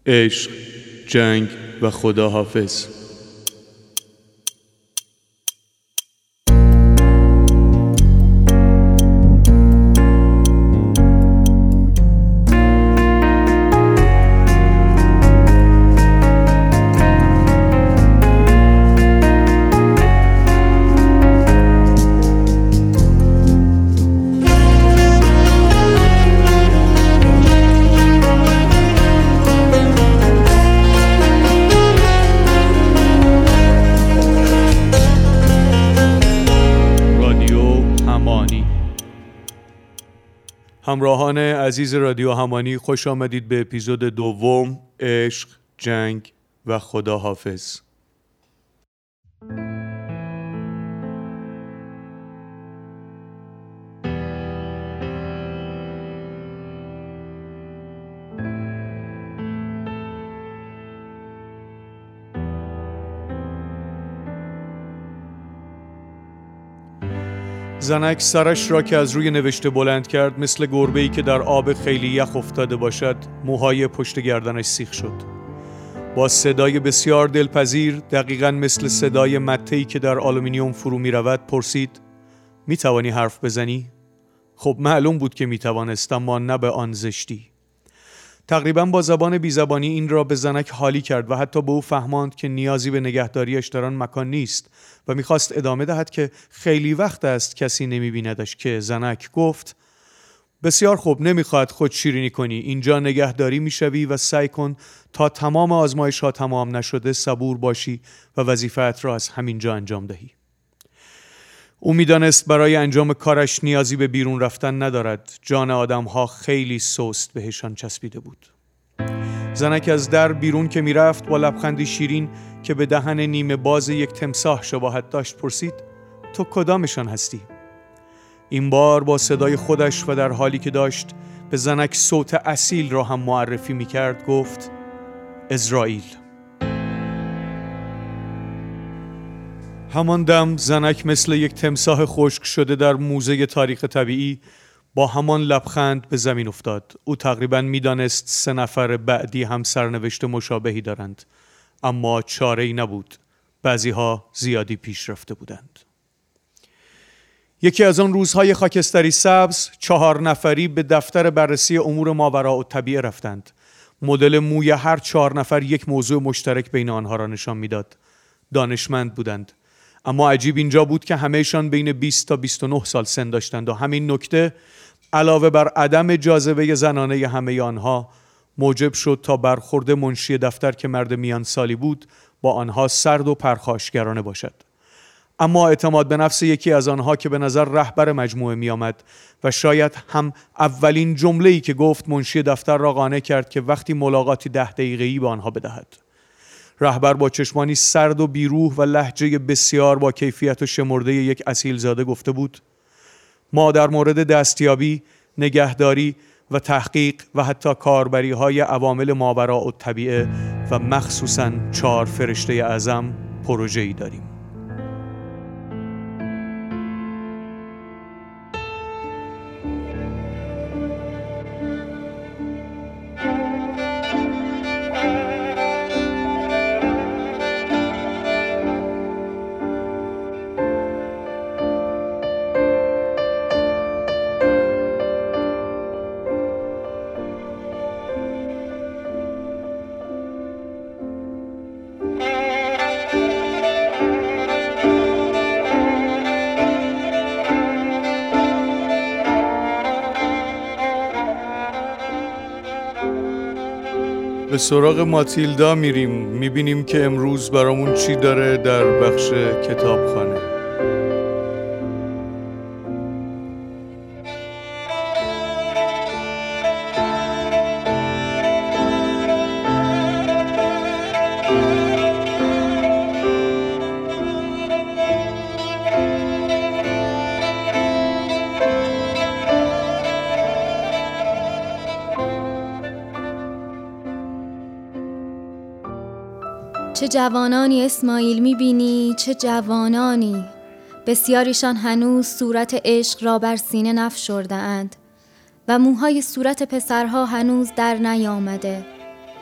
عشق، جنگ و خداحافظ. همراهان عزیز رادیو همانی، خوش آمدید به اپیزود دوم عشق، جنگ و خداحافظ. زنک سرش را که از روی نوشته بلند کرد، مثل گربه‌ای که در آب خیلی یخ افتاده باشد، موهای پشت گردنش سیخ شد. با صدای بسیار دلپذیر، دقیقاً مثل صدای مته‌ای که در آلومینیوم فرو می رود، پرسید: می توانی حرف بزنی؟ خب معلوم بود که می توانست، اما نه به آن زشتی. تقریباً با زبان بیزبانی این را به زنک حالی کرد و حتی به او فهماند که نیازی به نگهداریش در آن مکان نیست و می‌خواست ادامه دهد که خیلی وقت است کسی نمی‌بیندش، که زنک گفت: بسیار خوب، نمی‌خواهد خود شیرینی کنی. اینجا نگهداری می‌شوی و سعی کن تا تمام آزمایش‌ها تمام نشده صبور باشی و وظیفه‌ات را از همینجا انجام دهی. او می‌دانست برای انجام کارش نیازی به بیرون رفتن ندارد. جان آدم‌ها خیلی سست بهشان چسبیده بود. زنک از در بیرون که می‌رفت، با لبخندی شیرین که به دهن نیمه باز یک تمساح شباهت داشت پرسید: تو کدامشان هستی؟ این بار با صدای خودش و در حالی که داشت به زنک صوت اصیل را هم معرفی می‌کرد گفت: اسرائیل. همان دم زنک مثل یک تمساح خشک شده در موزه تاریخ طبیعی با همان لبخند به زمین افتاد. او تقریباً می‌دانست 3 نفر بعدی هم سرنوشت مشابهی دارند، اما چاره‌ای نبود. بعضی‌ها زیادی پیش رفته بودند. یکی از آن روزهای خاکستری سبز، 4 نفری به دفتر بررسی امور ماوراءالطبیعه رفتند. مدل موی هر 4 نفر یک موضوع مشترک بین آنها را نشان می‌داد. دانشمند بودند، اما عجیب اینجا بود که همه‌شان بین 20 تا 29 سال سن داشتند و همین نکته علاوه بر عدم جاذبه زنانه همه آنها موجب شد تا برخورد منشی دفتر که مرد میان سالی بود با آنها سرد و پرخاشگرانه باشد. اما اعتماد به نفس یکی از آنها که به نظر رهبر مجموعه می آمد و شاید هم اولین جمله‌ای که گفت منشی دفتر را قانع کرد که وقتی ملاقاتی 10 دقیقه‌ای با آنها بدهد. رهبر با چشمانی سرد و بیروح و لهجه بسیار با کیفیت و شمرده یک اصیلزاده گفته بود: ما در مورد دستیابی، نگهداری و تحقیق و حتی کاربری‌های عوامل ماوراءالطبیعه و مخصوصاً 4 فرشته اعظم پروژه‌ای داریم. به سراغ ماتیلدا میریم، میبینیم که امروز برامون چی داره در بخش کتابخانه. چه جوانانی اسماعیل می‌بینی، چه جوانانی. بسیاریشان هنوز صورت عشق را بر سینه نفشرده اند و موهای صورت پسرها هنوز در نیامده.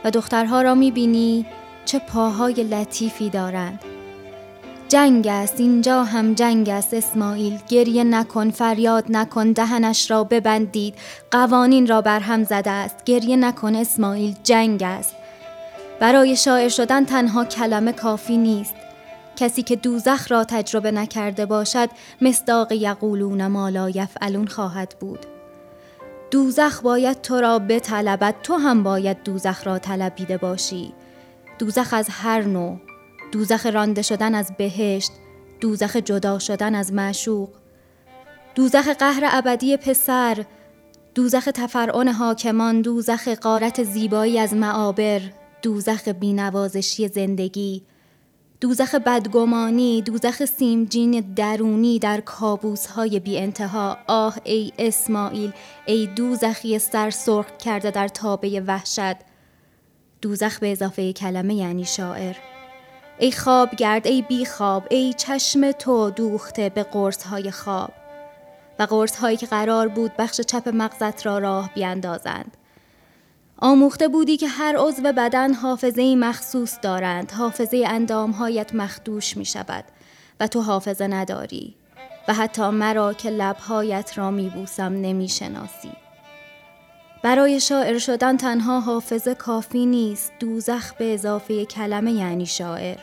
و دخترها را می‌بینی چه پاهای لطیفی دارند. جنگ است، اینجا هم جنگ است اسماعیل. گریه نکن، فریاد نکن، دهنش را ببندید، قوانین را برهم زده است. گریه نکن اسماعیل، جنگ است. برای شاعر شدن تنها کلمه کافی نیست. کسی که دوزخ را تجربه نکرده باشد مصداق یقولون ما لا یفعلون خواهد بود. دوزخ باید تو را بطلبد، تو هم باید دوزخ را طلبیده باشی. دوزخ از هر نوع، دوزخ رانده شدن از بهشت، دوزخ جدا شدن از معشوق، دوزخ قهر ابدی پسر، دوزخ تفرعن حاکمان، دوزخ غارت زیبایی از معابر، دوزخ بینوازشی زندگی، دوزخ بدگمانی، دوزخ سیمجین درونی در کابوس‌های بی انتها. آه ای اسماعیل، ای دوزخی سر سرخ کرده در تابه وحشت. دوزخ به اضافه کلمه یعنی شاعر. ای خوابگرد، ای بی خواب، ای چشم تو دوخته به قرص‌های خواب و قرص‌هایی که قرار بود بخش چپ مغزت را راه بیاندازند. آموخته بودی که هر عضو بدن حافظه‌ای مخصوص دارند. حافظه اندام‌هایت مخدوش می شود و تو حافظه نداری و حتی مرا که لب‌هایت را می بوسم نمی شناسی. برای شاعر شدن تنها حافظه کافی نیست. دوزخ به اضافه کلمه یعنی شاعر.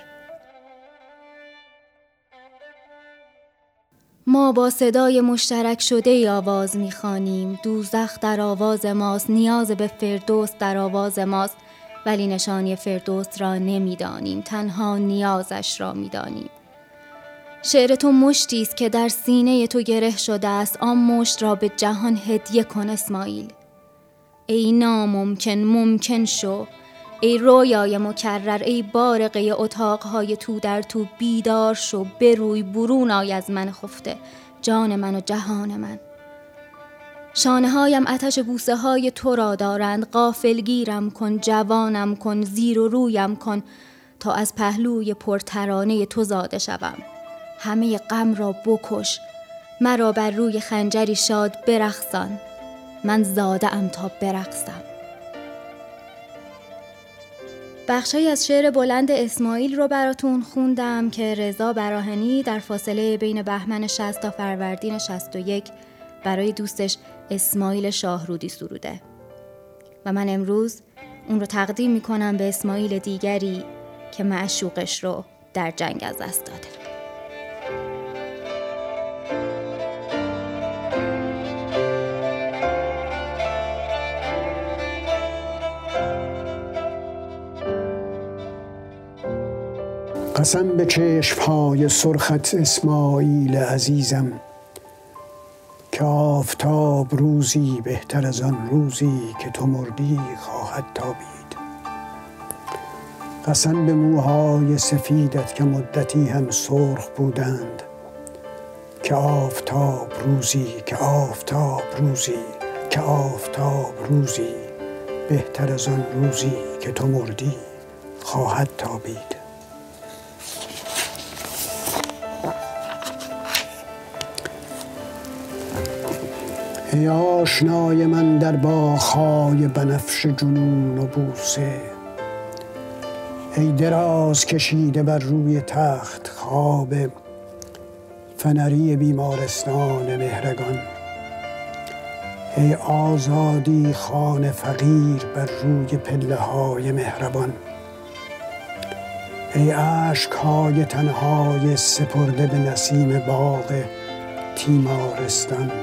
ما با صدای مشترک شده ای آواز می‌خوانیم. دوزخ در آواز ماست، نیاز به فردوس در آواز ماست، ولی نشانی فردوس را نمی‌دانیم، تنها نیازش را می‌دانیم. شعر تو مشتی است که در سینه تو گره شده است. آن مشت را به جهان هدیه کن اسماعیل. ای ناممکن ممکن شو، ای رویای مکرر، ای بارقه اتاقهای تو در تو، بیدار شو، بروی برون آی از من خفته، جان من و جهان من. شانه هایم آتش بوسه های تو را دارند. غافلگیرم کن، جوانم کن، زیر و رویم کن تا از پهلوی پرترانه تو زاده شوم. همه غم را بکش، مرا بر روی خنجری شاد برقصان. من زاده ام تا برقصم. بخشی از شعر بلند اسماعیل رو براتون خوندم که رضا براهنی در فاصله بین بهمن 60 تا فروردین 61 برای دوستش اسماعیل شاهرودی سروده و من امروز اون رو تقدیم میکنم به اسماعیل دیگری که معشوقش رو در جنگ از دست داده. قسم به چشم‌های سرخت اسماعیل عزیزم که آفتاب روزی بهتر از آن روزی که تو مردی خواهد تابید. قسم به موهای سفیدت که مدتی هم سرخ بودند که آفتاب روزی که آفتاب روزی که آفتاب روزی بهتر از آن روزی که تو مردی خواهد تابید. ای آشنای من در باغ‌های بنفش جنون و بوسه، ای دراز کشیده بر روی تخت خواب فنری بیمارستان مهرگان، ای آزادی خوان فقیر بر روی پله‌های مهربان، ای اشک‌های تنهای سپرده به نسیم باغ تیمارستان،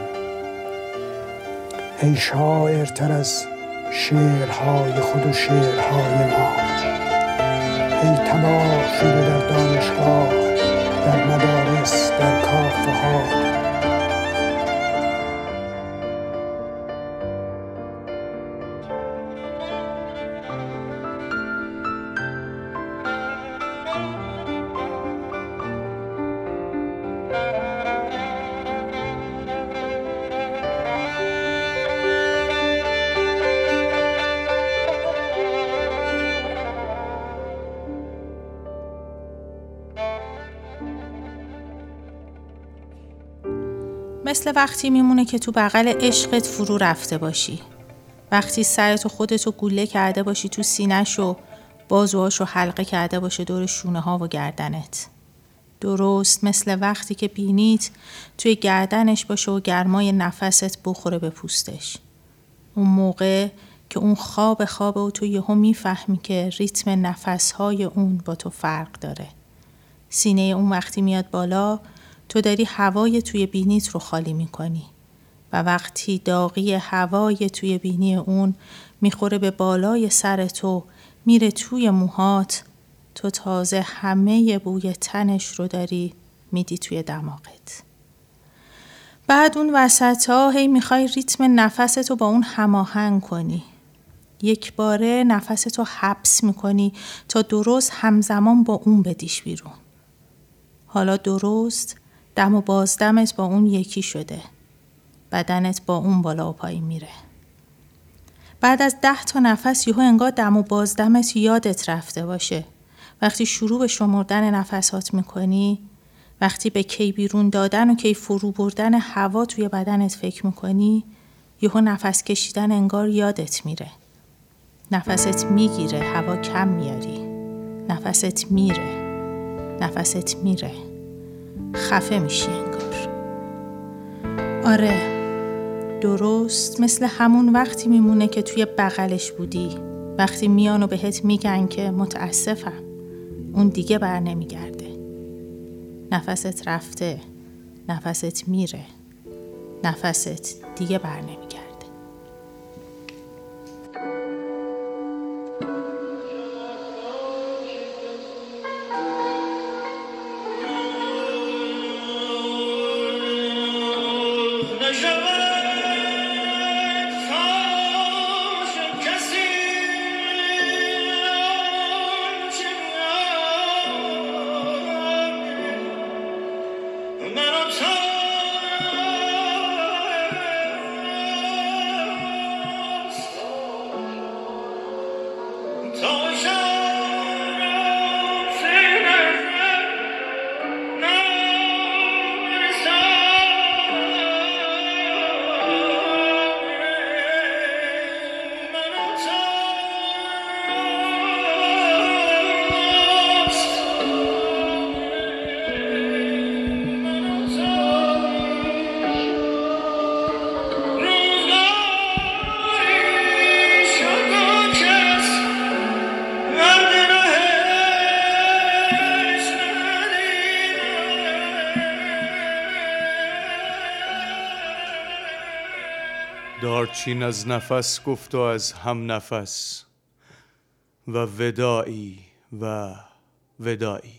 ای شاعرتر از شعرهای خود و شعرهای ما، ای تباه شده در دانشگاه، در مدارس، در کافه ها. مثل وقتی میمونه که تو بغل عشقت فرو رفته باشی. وقتی سرتو خودتو گوله کرده باشی تو سینه‌شو، بازوهاشو حلقه کرده باشه دور شونه ها و گردنت. درست مثل وقتی که بینیت توی گردنش باشه و گرمای نفست بخوره به پوستش. اون موقع که اون خوابه و تو یهو میفهمی که ریتم نفسهای اون با تو فرق داره. سینه اون وقتی میاد بالا، تو داری هوای توی بینیت رو خالی میکنی و وقتی داغی هوای توی بینی اون میخوره به بالای سر تو، میره توی موهات، تو تازه همه بوی تنش رو داری میدی توی دماغت. بعد اون وسطا هی میخوای ریتم نفستو با اون هماهنگ کنی. یک باره نفستو حبس میکنی تا درست همزمان با اون بدیش بیرون. حالا درست دم و بازدمت با اون یکی شده. بدنت با اون بالا و پایین میره. بعد از 10 تا نفس یهو انگار دم و بازدمت یادت رفته باشه. وقتی شروع به شمردن نفسات میکنی، وقتی به کی بیرون دادن و کی فرو بردن هوا توی بدنت فکر میکنی، یهو نفس کشیدن انگار یادت میره. نفست میگیره، هوا کم میاری. نفست میره. خفه میشی انگار. آره، درست مثل همون وقتی میمونه که توی بغلش بودی. وقتی میان و بهت میگن که متاسفم، اون دیگه بر نمیگرده. نفست رفته، نفست میره، نفست دیگه بر نمیگرده. دارچین از نفس گفت و از هم نفس و وداعی و وداعی.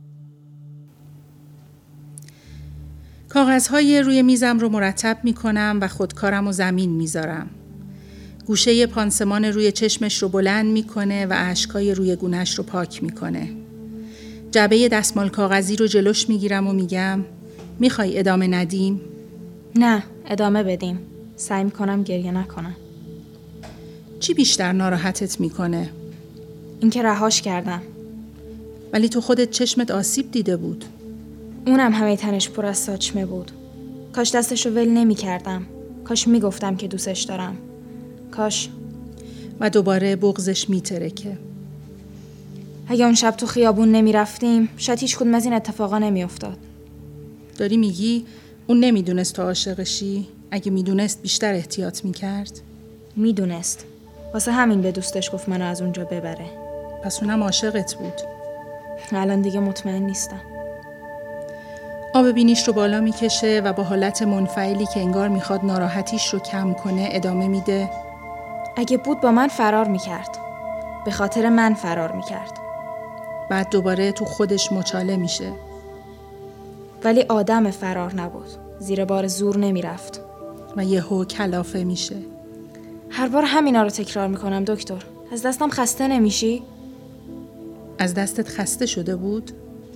کاغذهای روی میزم رو مرتب میکنم و خودکارم رو زمین میذارم. گوشه پانسمان روی چشمش رو بلند میکنه و اشکای روی گونهش رو پاک میکنه. جعبه دستمال کاغذی رو جلوش میگیرم و میگم میخوای ادامه ندیم؟ نه، ادامه بدیم. سعی میکنم گریه نکنم. چی بیشتر ناراحتت میکنه؟ اینکه رهاش کردم. ولی تو خودت چشمت آسیب دیده بود. اونم همه تنش پر از ساچمه بود. کاش دستشو ول نمی کردم. کاش میگفتم که دوستش دارم. کاش. و دوباره بغضش میترکه. اگه اون شب تو خیابون نمی رفتیم، شاید هیچ کدوم از این اتفاقا نمی افتاد. داری میگی اون نمیدونست تو عاشقشی؟ اگه میدونست بیشتر احتیاط میکرد؟ میدونست. واسه همین به دوستش گفت منو از اونجا ببره. پس اونم عاشقت بود. الان دیگه مطمئن نیستم. آب بینیش رو بالا میکشه و با حالت منفعلی که انگار میخواد ناراحتیش رو کم کنه ادامه میده. اگه بود با من فرار میکرد. به خاطر من فرار میکرد. بعد دوباره تو خودش مچاله میشه. ولی آدم فرار نبود. زیر بار زور نمیرفت. و یهو کلافه میشه. هر بار همینا رو تکرار میکنم دکتر. از دستم خسته نمیشی؟ از دستت خسته شده بود؟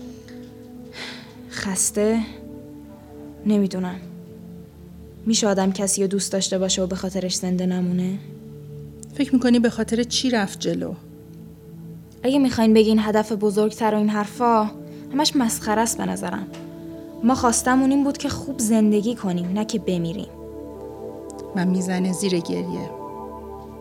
خسته؟ نمیدونم. میشه آدم کسی رو دوست داشته باشه و به خاطرش زنده نمونه؟ فکر میکنی به خاطر چی رفت جلو؟ اگه میخواین بگین هدف بزرگتر و این حرفا، همش مسخره است به نظرم. ما خواستمون این بود که خوب زندگی کنیم، نه که بمیریم. من میزنه زیر گریه.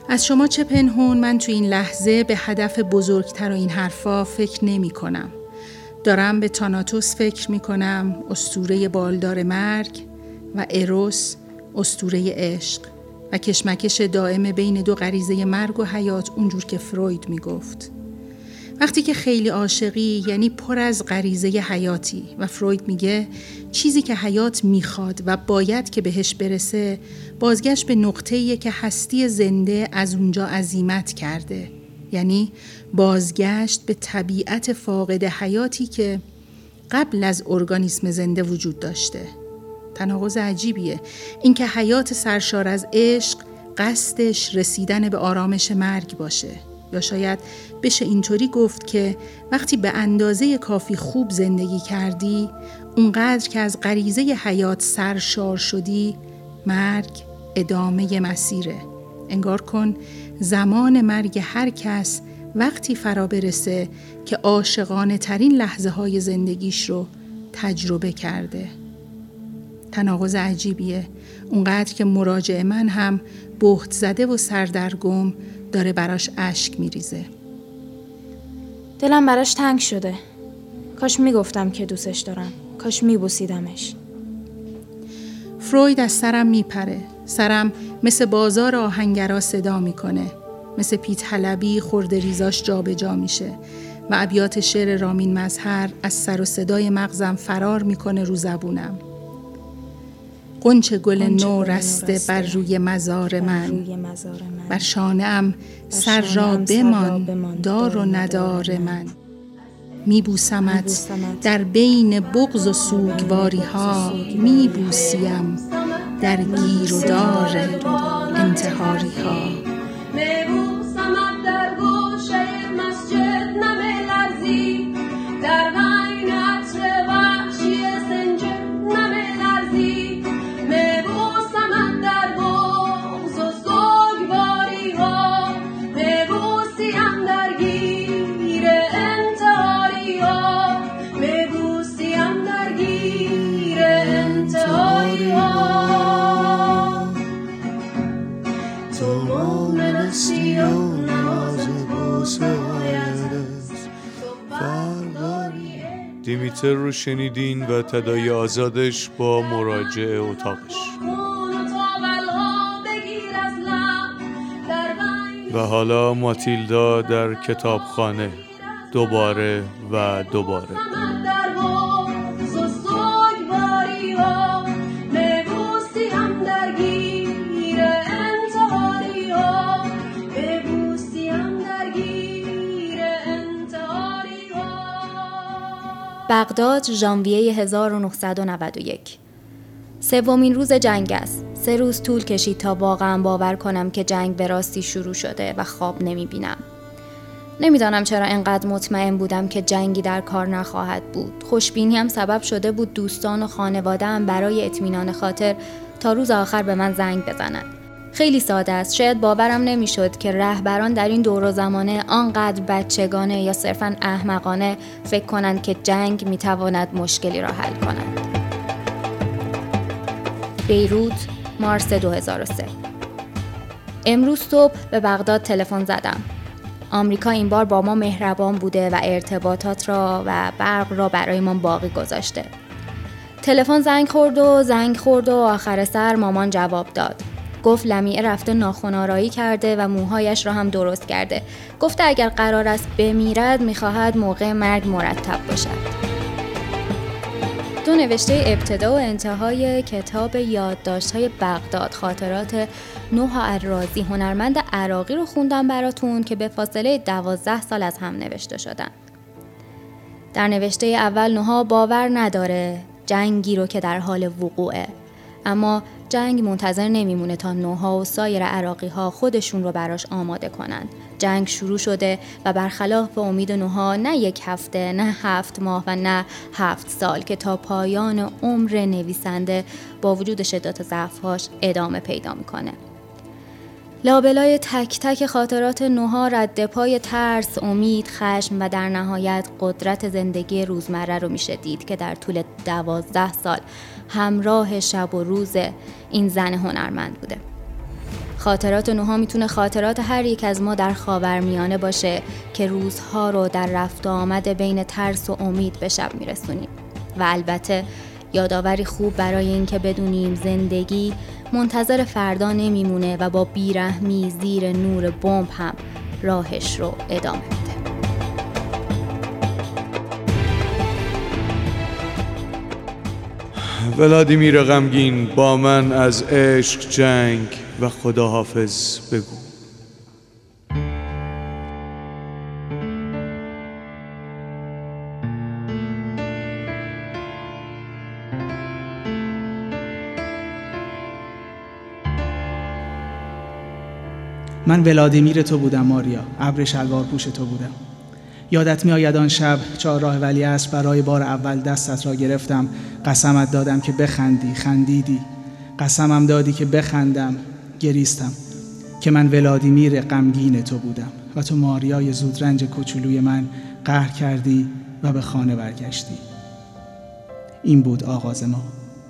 از شما چه پنهون، من تو این لحظه به هدف بزرگتر و این حرفا فکر نمی کنم. دارم به تاناتوس فکر می کنم، اسطوره بالدار مرگ، و اروس، اسطوره عشق و کشمکش دائم بین دو غریزه مرگ و حیات، اونجور که فروید می گفت. وقتی که خیلی عاشقی یعنی پر از غریزه حیاتی و فروید میگه چیزی که حیات میخواد و باید که بهش برسه بازگشت به نقطه‌ایه که هستی زنده از اونجا عزیمت کرده، یعنی بازگشت به طبیعت فاقد حیاتی که قبل از ارگانیسم زنده وجود داشته. تناقض عجیبیه، اینکه حیات سرشار از عشق قصدش رسیدن به آرامش مرگ باشه، یا شاید بشه اینطوری گفت که وقتی به اندازه کافی خوب زندگی کردی، اونقدر که از غریزه حیات سرشار شدی، مرگ ادامه مسیره. انگار کن زمان مرگ هر کس وقتی فرا برسه که عاشقانه ترین لحظه های زندگیش رو تجربه کرده. تناقض عجیبیه، اونقدر که مراجع من هم بهت زده و سردرگم داره براش اشک میریزه. دلم براش تنگ شده. کاش میگفتم که دوستش دارم. کاش میبوسیدمش. فروید از سرم میپره. سرم مثل بازار آهنگرا صدا میکنه. مثل پیت حلبی خورده ریزاش جا به جا میشه و ابیات شعر رامین مظهر از سر و صدای مغزم فرار میکنه رو زبونم. قنچه گل نو رسته بر روی مزار من، بر شانه‌ام سر را بمان دار و ندار من. میبوسمت در بین بغض و سوگواری ها، میبوسیم در گیر و دار انتحاری ها. میبوسمت در گوشه مسجد نمیلرزی، در بین عطر وحشی سنجر نمیلرزی. میبوسمت در بغض و سوگواری ها، میبوسیم در گیر انتحاری ها، میبوسیم در گیر انتحاری ها. تو مومن هستی و نماز بوسه هایت فرقاری. دیمیتر رو شنیدین و تداعی آزادش با مراجع اتاقش. و حالا ماتیلدا در کتابخانه، دوباره و دوباره. بغداد، ژانویه 1991. سومین روز جنگ است. 3 روز طول کشید تا واقعا باور کنم که جنگ به راستی شروع شده و خواب نمیبینم. نمیدانم چرا انقدر مطمئن بودم که جنگی در کار نخواهد بود. خوشبینی هم سبب شده بود دوستان و خانواده هم برای اطمینان خاطر تا روز آخر به من زنگ بزنند. خیلی ساده است. شاید باورم نمیشد که رهبران در این دور و زمانه آنقدر بچگانه یا صرفاً احمقانه فکر کنند که جنگ میتواند مشکلی را حل کند. بیروت، مارس 2003. امروز صبح به بغداد تلفن زدم. آمریکا این بار با ما مهربان بوده و ارتباطات را و برق را برای ما باقی گذاشته. تلفن زنگ خورد و آخر سر مامان جواب داد. گفت لمیعه رفته ناخن‌آرایی کرده و موهایش را هم درست کرده. گفته اگر قرار است بمیرد می‌خواهد موقع مرگ مرتب باشد. دو نوشته ابتدا و انتهای کتاب یادداشت‌های بغداد، خاطرات نوح الرازی، هنرمند عراقی رو خوندم براتون که به فاصله 12 سال از هم نوشته شدن. در نوشته اول نوح باور نداره جنگی رو که در حال وقوعه، اما جنگ منتظر نمیمونه تا نوح و سایر عراقی‌ها خودشون رو براش آماده کنن. جنگ شروع شده و برخلاف امید نوح نه 1 هفته، نه 7 ماه و نه 7 سال که تا پایان عمر نویسنده با وجود شدت ضعف‌هاش ادامه پیدا میکنه. لابلای تک تک خاطرات نوح رد پای ترس، امید، خشم و در نهایت قدرت زندگی روزمره رو میشه دید که در طول 12 سال همراه شب و روز این زن هنرمند بوده. خاطرات نوها میتونه خاطرات هر یک از ما در خاورمیانه باشه که روزها رو در رفت و آمد بین ترس و امید به شب میرسونیم و البته یادآوری خوب برای این که بدونیم زندگی منتظر فردا نمیمونه و با بیرحمی زیر نور بمب هم راهش رو ادامه میده. ولادیمیر غمگین، با من از عشق جنگ و خداحافظ بگو. من ولادیمیر تو بودم ماریا، ابر شلوار پوش تو بودم. یادت می آید آن شب چهارراه ولیعصر برای بار اول دستت را گرفتم، قسمت دادم که بخندی، خندیدی. قسمم دادی که بخندم، گریستم. که من ولادیمیر غمگین تو بودم و تو ماریای زودرنج کوچولوی من قهر کردی و به خانه برگشتی. این بود آغاز ما.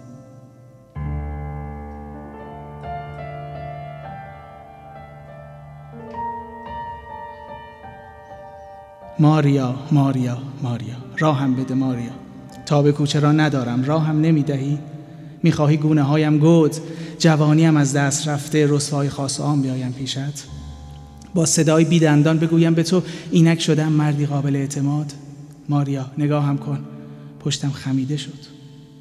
ماریا ماریا ماریا، راهم بده ماریا. تا به کوچه را ندارم، راهم نمیدهی؟ میخواهی گونه هایم گود، جوانیم از دست رفته، رسوای خاص عام بیایم پیشت؟ با صدای بیدندان بگویم به تو اینک شدم مردی قابل اعتماد؟ ماریا نگاهم کن، پشتم خمیده شد.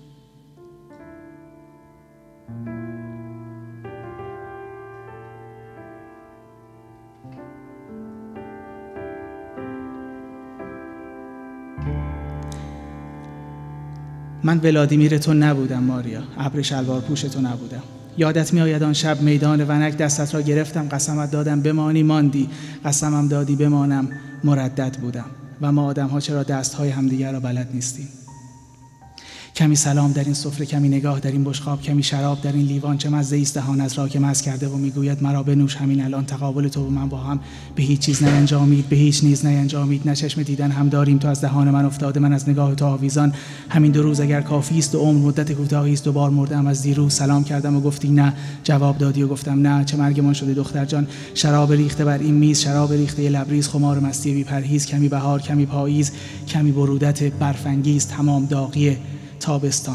من ولادیمیر تو نبودم ماریا، ابر شلوار پوش تو نبودم. یادت می آید آن شب میدان ونک دستت را گرفتم، قسمت دادم بمانی، ماندی. قسمم دادی بمانم، مردد بودم. و ما آدم ها چرا دستهای همدیگر را بلد نیستیم؟ کمی سلام در این سفره، کمی نگاه در این بشقاب، کمی شراب در این لیوان. چه مزه ایست دهان از را که مست کرده و میگوید مرا بنوش همین الان. تقابل تو و من با هم به هیچ چیز نینجامید، به هیچ نیز نینجامید. نه چشم دیدن هم داریم، تو از دهان من افتاده، من از نگاه تو آویزان. همین 2 روز اگر کافی است و عمر مدت کوتاهی است. 2 بار مردم از دیروز. سلام کردم و گفتی نه، جواب دادی و گفتم نه. چه مرگمان شده دختر جان. شراب ریخته بر این میز، شراب ریخته لبریز، خمار مستی بی پرهیز. کمی بهار، کمی پاییز، کمی برودت برفنگیز، تمام داغی تابستان.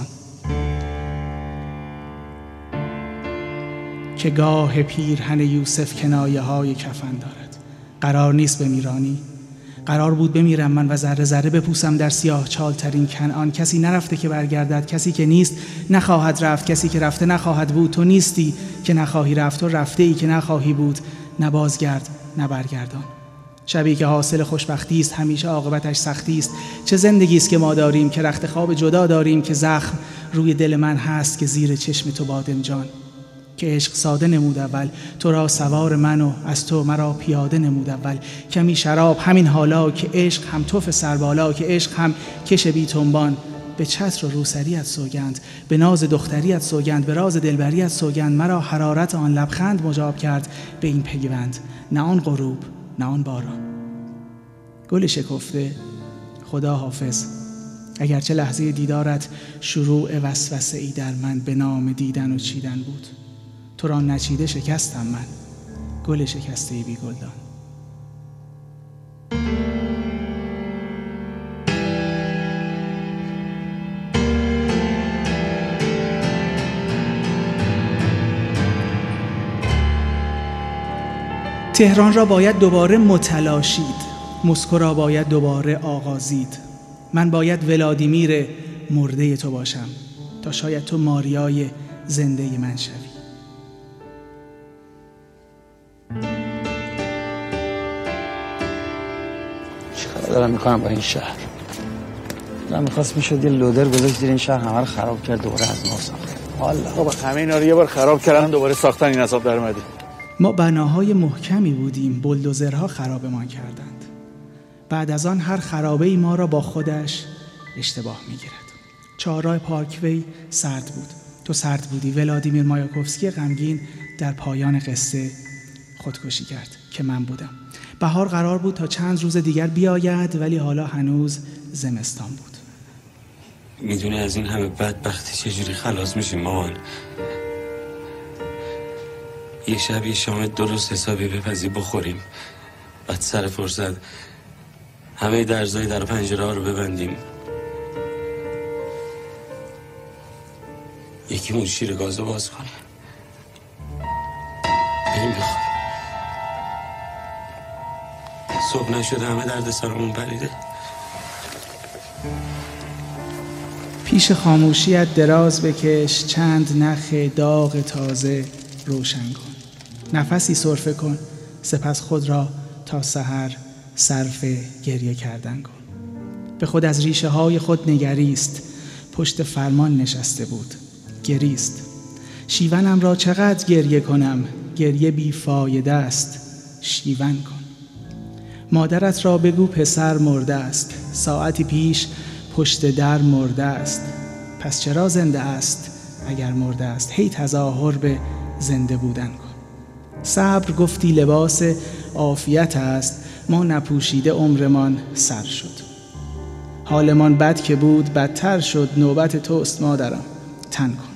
که گاه پیرهن یوسف کنایه های کفن دارد. قرار نیست بمیرانی؟ قرار بود بمیرم من و ذره ذره بپوسم در سیاه چال ترین کنعان. کسی نرفته که برگردد، کسی که نیست نخواهد رفت، کسی که رفته نخواهد بود. تو نیستی که نخواهی رفت، تو رفته ای که نخواهی بود. نه بازگرد نه برگردان. شبی که حاصل خوشبختی است همیشه عاقبتش سختی است. چه زندگی است که ما داریم، که رخت خواب جدا داریم، که زخم روی دل من هست، که زیر چشم تو بادم جان. که عشق ساده نمود اول، تو را سوار من و از تو مرا پیاده نمود اول. کمی شراب همین حالا، که عشق هم توف سربالا، که عشق هم کش بی تنبان. به چتر و روسریت سوگند، به ناز دختریت سوگند، به راز دلبریت سوگند. مرا حرارت آن لبخند مجاب کرد به این پیوند. نه آن غروب نه آن باران. گل شکفته، خدا حافظ. اگرچه لحظه دیدارت شروع وسوسه ای در من به نام دیدن و چیدن بود. تو را نچیده شکستم من، گل شکسته بی گلدان. تهران را باید دوباره متلاشید، مسکو را باید دوباره آغازید. من باید ولادیمیر مرده تو باشم تا شاید تو ماریای زنده من شوی. چیکار دارم میکنم با این شهر؟ من میخواست میشد یه لودر گذاشت زیر این شهر، همه رو خراب کرد، دوباره از نو ساخت. والا بابا همه اینا رو یه بار خراب کردن، دوباره ساختن، این حساب در اومدی. ما بناهای محکمی بودیم، بلدوزرها خرابمان کردند. بعد از آن هر خرابه‌ای ما را با خودش اشتباه میگیرد. چهارراه پارکوی سرد بود، تو سرد بودی. ولادیمیر مایاکوفسکی غمگین در پایان قصه خودکشی کرد که من بودم. بهار قرار بود تا چند روز دیگر بیاید، ولی حالا هنوز زمستان بود. میدونی از این همه بدبختی چجوری خلاص میشیم مامان؟ یه شب یه شام درست حسابی بپزی بخوریم، بعد سر فرصت همه درزای در پنجره ها رو ببندیم، یکیمون شیر گازو باز کنه، بریم بخوریم. صبح نشده همه درد سرمون پریده. پیش خاموشیت دراز بکش، چند نخ داغ تازه روشن کن. نفسی سرفه کن، سپس خود را تا سحر صرف گریه کردن کن. به خود از ریشه های خود نگریست، پشت فرمان نشسته بود، گریست. شیونم را چقدر گریه کنم، گریه بیفایده است، شیون کن. مادرت را بگو پسر مرده است، ساعتی پیش پشت در مرده است. پس چرا زنده است اگر مرده است؟ هی تظاهر به زنده بودن کن. صبر گفتی لباس عافیت است، ما نپوشیده عمرمان سر شد. حالمان بد که بود بدتر شد، نوبت توست مادرم، تن کن.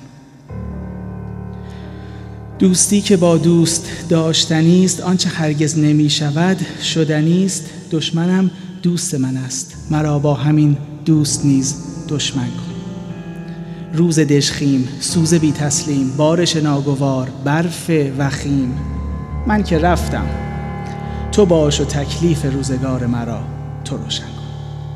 دوستی که با دوست داشتنی است، آنچه هرگز نمی شود شدنی است. دشمنم دوست من است، مرا با همین دوست نیز دشمن کن. روز دژخیم، سوز بی تسلیم، بارش ناگوار، برف وخیم. من که رفتم، تو باش و تکلیف روزگار مرا تو روشن کن.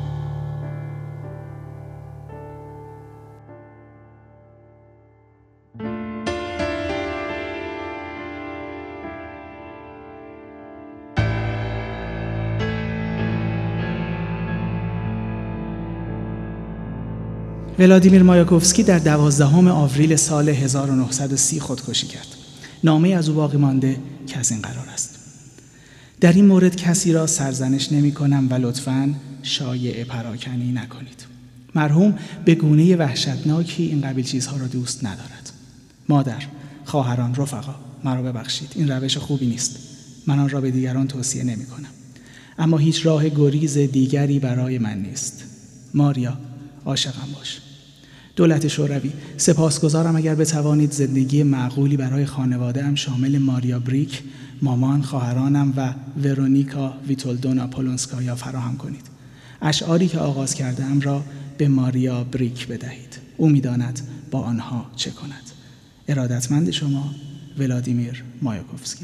ولادیمیر مایاکوفسکی در 12 آوریل سال 1930 خودکشی کرد. نامه از او باقی مانده که از این قرار است: در این مورد کسی را سرزنش نمی کنم و لطفاً شایعه پراکنی نکنید. مرحوم به گونه وحشتناکی این قبیل چیزها را دوست ندارد. مادر، خواهران، رفقا، مرا ببخشید، این روش خوبی نیست. من آن را به دیگران توصیه نمی کنم. اما هیچ راه گریز دیگری برای من نیست. ماریا، عاشقم باش. دولت شوروی، سپاسگزارم اگر بتوانید زندگی معقولی برای خانواده‌ام شامل ماریا بریک، مامان، خواهرانم و ورونیکا ویتولدونا پولونسکایا فراهم کنید. اشعاری که آغاز کرده‌ام را به ماریا بریک بدهید. او می‌داند با آنها چه کند. ارادتمند شما، ولادیمیر مایاکوفسکی.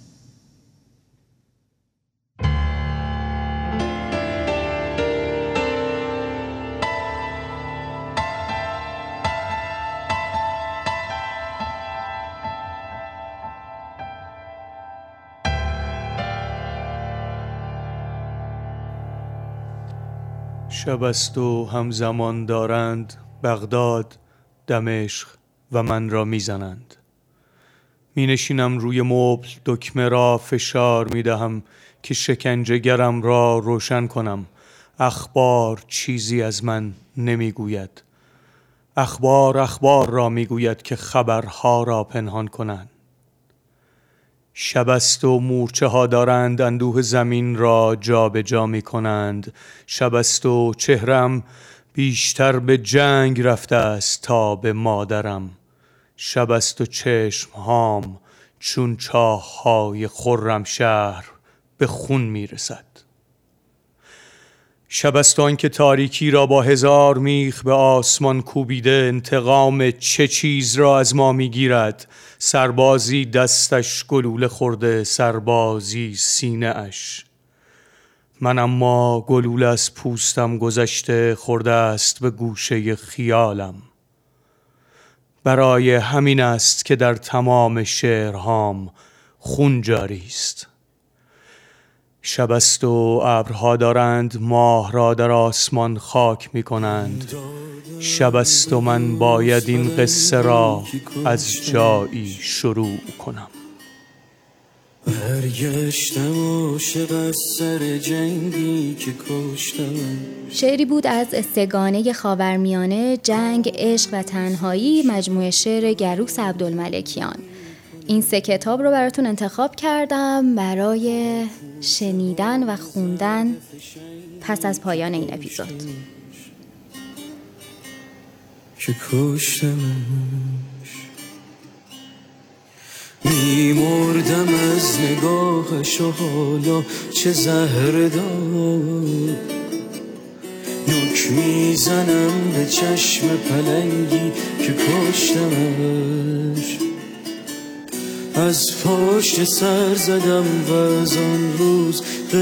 شب است و همزمان دارند بغداد، دمشق و من را میزنند. می نشینم روی مبل، دکمه را فشار می دهم که شکنجه‌گرم را روشن کنم. اخبار چیزی از من نمی گوید. اخبار را می گوید که خبرها را پنهان کنند. شب است و مورچه ها دارند اندوه زمین را جا به جا می کنند. شب است و چهرم بیشتر به جنگ رفته است تا به مادرم. شب است و چشم هام چون چاه های خرم شهر به خون می رسد. شب است آن که تاریکی را با 1000 میخ به آسمان کوبیده انتقام چه چیز را از ما می گیرد. سربازی دستش گلوله خورده، سربازی سینه اش. من اما گلوله از پوستم گذشته خورده است به گوشه خیالم. برای همین است که در تمام شعرهام خون جاری است. شب است و ابرها دارند ماه را در آسمان خاک می کنند. شب است و من باید این قصه را از جایی شروع کنم. برگشتم عاشق از سر جنگی که کشتم. شعری بود از سگانه خاورمیانه، جنگ، عشق و تنهایی، مجموعه شعر گروس عبدالملکیان. این 3 کتاب رو براتون انتخاب کردم برای شنیدن و خوندن پس از پایان این اپیزود. که کشتمش میمردم از نگاهش و حالا چه زهر داد. نوک میزنم به چشم پلنگی که کشتمش. از پشت سر زدم و از آن روز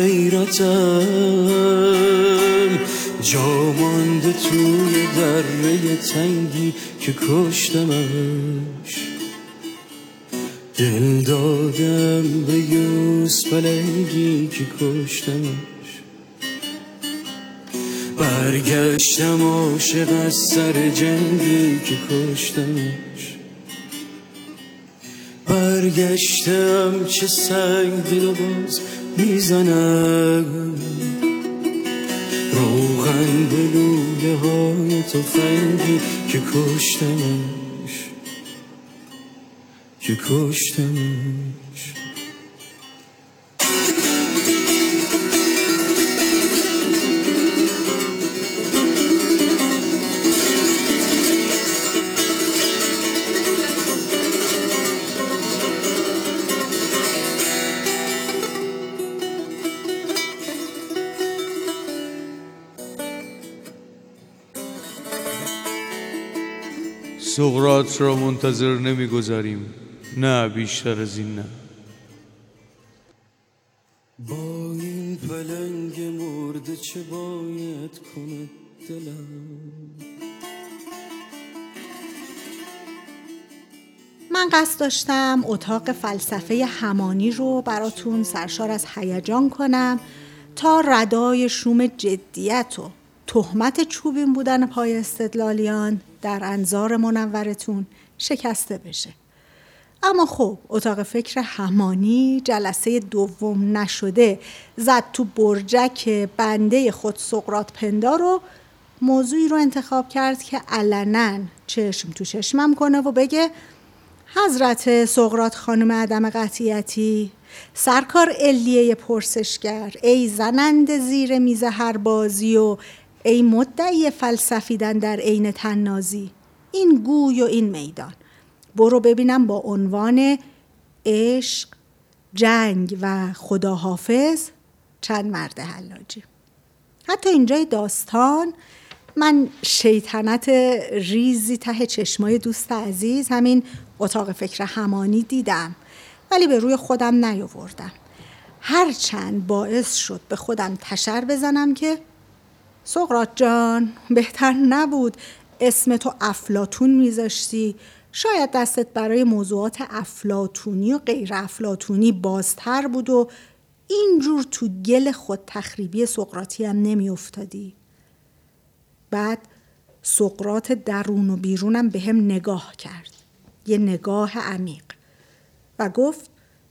غیرتم جا مانده توی دره تنگی که کشتمش. دل دادم به یوز پلنگی که کشتمش. برگشتم عاشق از سر جنگی که کشتمش. برگشتم چه سنگ دل و باز میزنم. روغن به لوله های تفنگی که کشتمش. که کشتمش. سقراط را منتظر نمیگذاریم، نه بیشتر از این نه. با این پلنگ مرده چه باید کنه دلم. من قصد داشتم اتاق فلسفه همانی رو براتون سرشار از هیجان کنم تا ردای شوم جدیت و تهمت چوبین بودن پای استدلالیان در انظار منورتون شکسته بشه. اما خب اتاق فکر همانی جلسه دوم نشده زد تو برجک بنده خود سقراط پندار و موضوعی رو انتخاب کرد که علنا چشم تو چشمم کنه و بگه حضرت سقراط خانم عدم قطعیتی، سرکار علیه پرسشگر، ای زننده زیر میز هر بازی و ای مدعی فلسفیدن در عین طنازی، این گوی و این میدان، برو ببینم با عنوان عشق، جنگ و خداحافظ چند مرد حلاجی. حتی اینجای داستان من شیطنت ریزی ته چشمای دوست عزیز همین اتاق فکر همانی دیدم، ولی به روی خودم نیاوردم. هرچند باعث شد به خودم تشر بزنم که سقراط جان بهتر نبود اسم تو افلاطون میذاشتی، شاید دستت برای موضوعات افلاطونی و غیر افلاطونی بازتر بود و اینجور تو گل خود تخریبی سقراطی هم نمی افتادی. بعد سقراط درون و بیرونم به هم نگاه کرد، یه نگاه عمیق، و گفت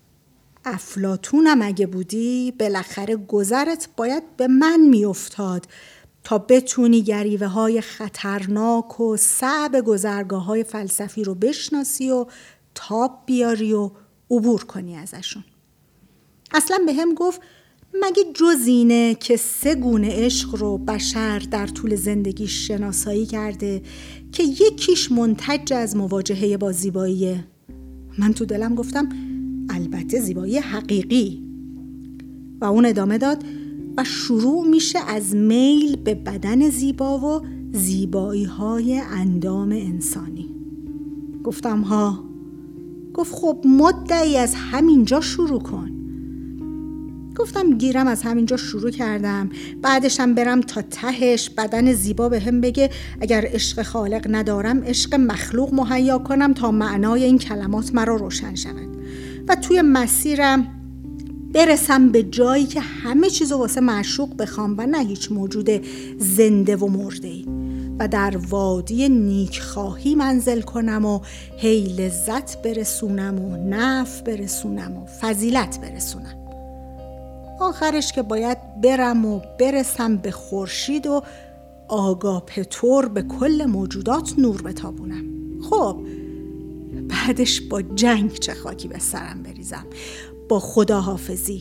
افلاطونم اگه بودی بالاخره گذرت باید به من می افتاد تا بتونی گریوه های خطرناک و صعب گذرگاه های فلسفی رو بشناسی و تاب بیاری و عبور کنی ازشون. اصلا به هم گفت مگه جز اینه که 3 گونه عشق رو بشر در طول زندگیش شناسایی کرده که یکیش منتج از مواجهه با زیباییه؟ من تو دلم گفتم البته زیبایی حقیقی. و اون ادامه داد و شروع میشه از میل به بدن زیبا و زیبایی های اندام انسانی. گفتم ها. گفت خب مدعی از همینجا شروع کن. گفتم گیرم از همینجا شروع کردم، بعدشم برم تا تهش بدن زیبا به هم بگه اگر عشق خالق ندارم عشق مخلوق مهیا کنم تا معنای این کلمات مرا روشن شود و توی مسیرم برسم به جایی که همه چیزو واسه معشوق بخوام و نه هیچ موجود زنده و مرده‌ای، و در وادی نیکخواهی منزل کنم و هی لذت برسونم و نفع برسونم و فضیلت برسونم. آخرش که باید برم و برسم به خورشید و آگاپتور به کل موجودات نور بتابونم. خب بعدش با جنگ چه خاکی به سرم بریزم، با خداحافظی.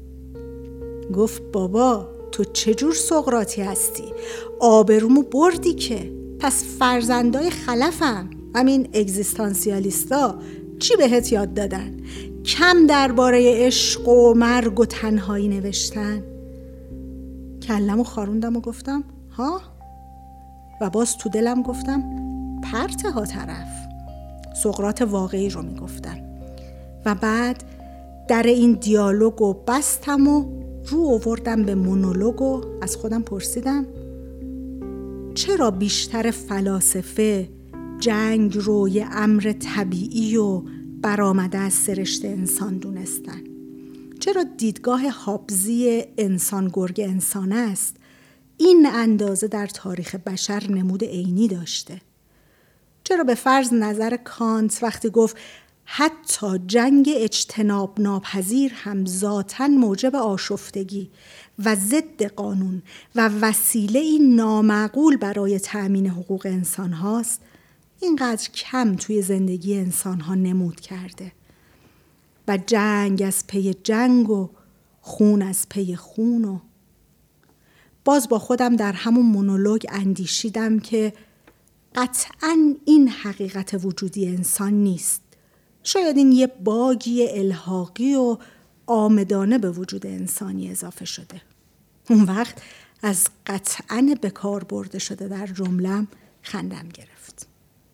گفت بابا تو چجور سقراطی هستی؟ آبرومو بردی که. پس فرزندای خلفم، همین اگزیستانسیالیستا چی بهت یاد دادن؟ کم درباره عشق و مرگ و تنهایی نوشتن؟ کلمو خاروندم و گفتم ها، و باز تو دلم گفتم پرته ها طرف. سقراط واقعی رو میگفتم. و بعد در این دیالوگو بستم و رو آوردم به مونولوگو از خودم پرسیدم چرا بیشتر فلاسفه جنگ رو یه امر طبیعی و برآمده از سرشت انسان دونستن؟ چرا دیدگاه هابزی انسان گرگ انسان است این اندازه در تاریخ بشر نمود عینی داشته؟ چرا به فرض نظر کانت وقتی گفت حتی جنگ اجتناب ناپذیر هم ذاتاً موجب آشفتگی و ضد قانون و وسیله این نامعقول برای تأمین حقوق انسان هاست، اینقدر کم توی زندگی انسان ها نمود کرده؟ و جنگ از پی جنگ و خون از پی خون. و باز با خودم در همون مونولوگ اندیشیدم که قطعاً این حقیقت وجودی انسان نیست. شاید این یه باگی الحاقی و آمدانه به وجود انسانی اضافه شده. اون وقت از قطعاً به کار برده شده در جمله‌ام خندم گرفت.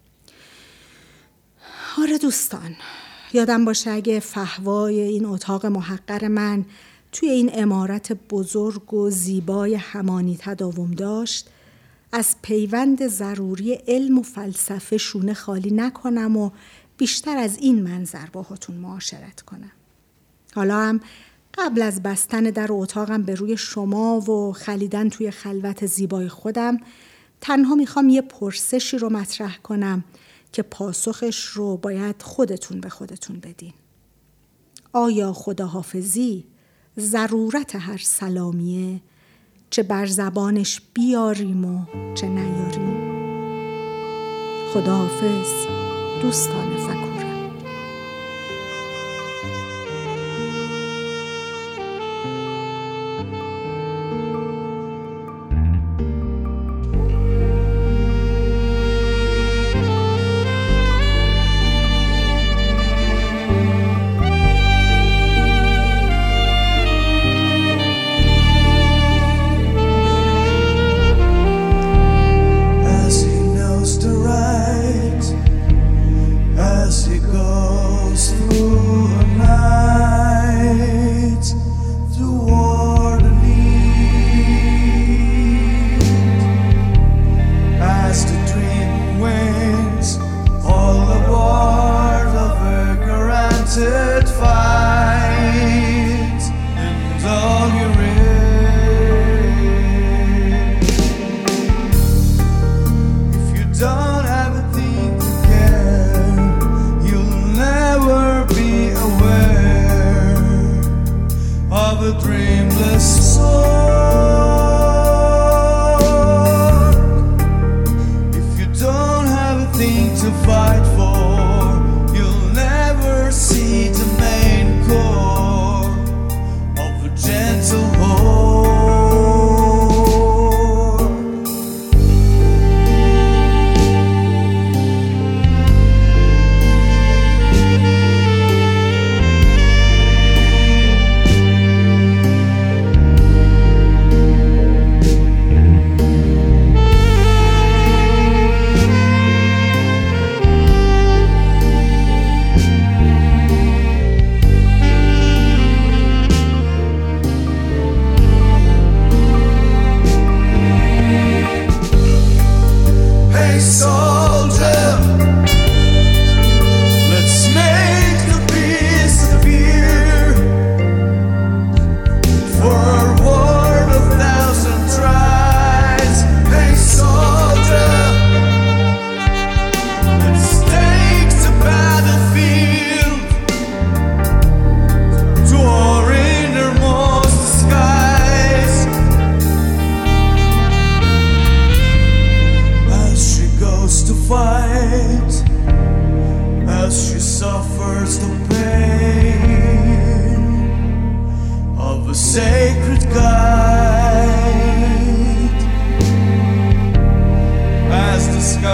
آره دوستان، یادم باشه اگه فحوای این اتاق محقر من توی این عمارت بزرگ و زیبای همانی تداوم داشت، از پیوند ضروری علم و فلسفه شونه خالی نکنم و بیشتر از این منظر باهاتون معاشرت کنم. حالا هم قبل از بستن در اتاقم به روی شما و خلیدن توی خلوت زیبای خودم، تنها میخوام یه پرسشی رو مطرح کنم که پاسخش رو باید خودتون به خودتون بدین. آیا خداحافظی ضرورت هر سلامیه، چه بر زبانش بیاریم و چه نیاریم؟ خداحافظ دوستان فکورم.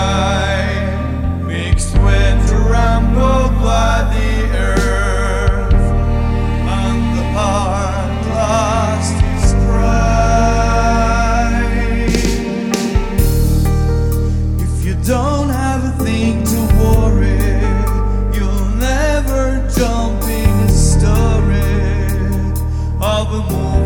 Sky mixed with the ramble by the earth. don't have a thing to worry. You'll never jump in a story of a movie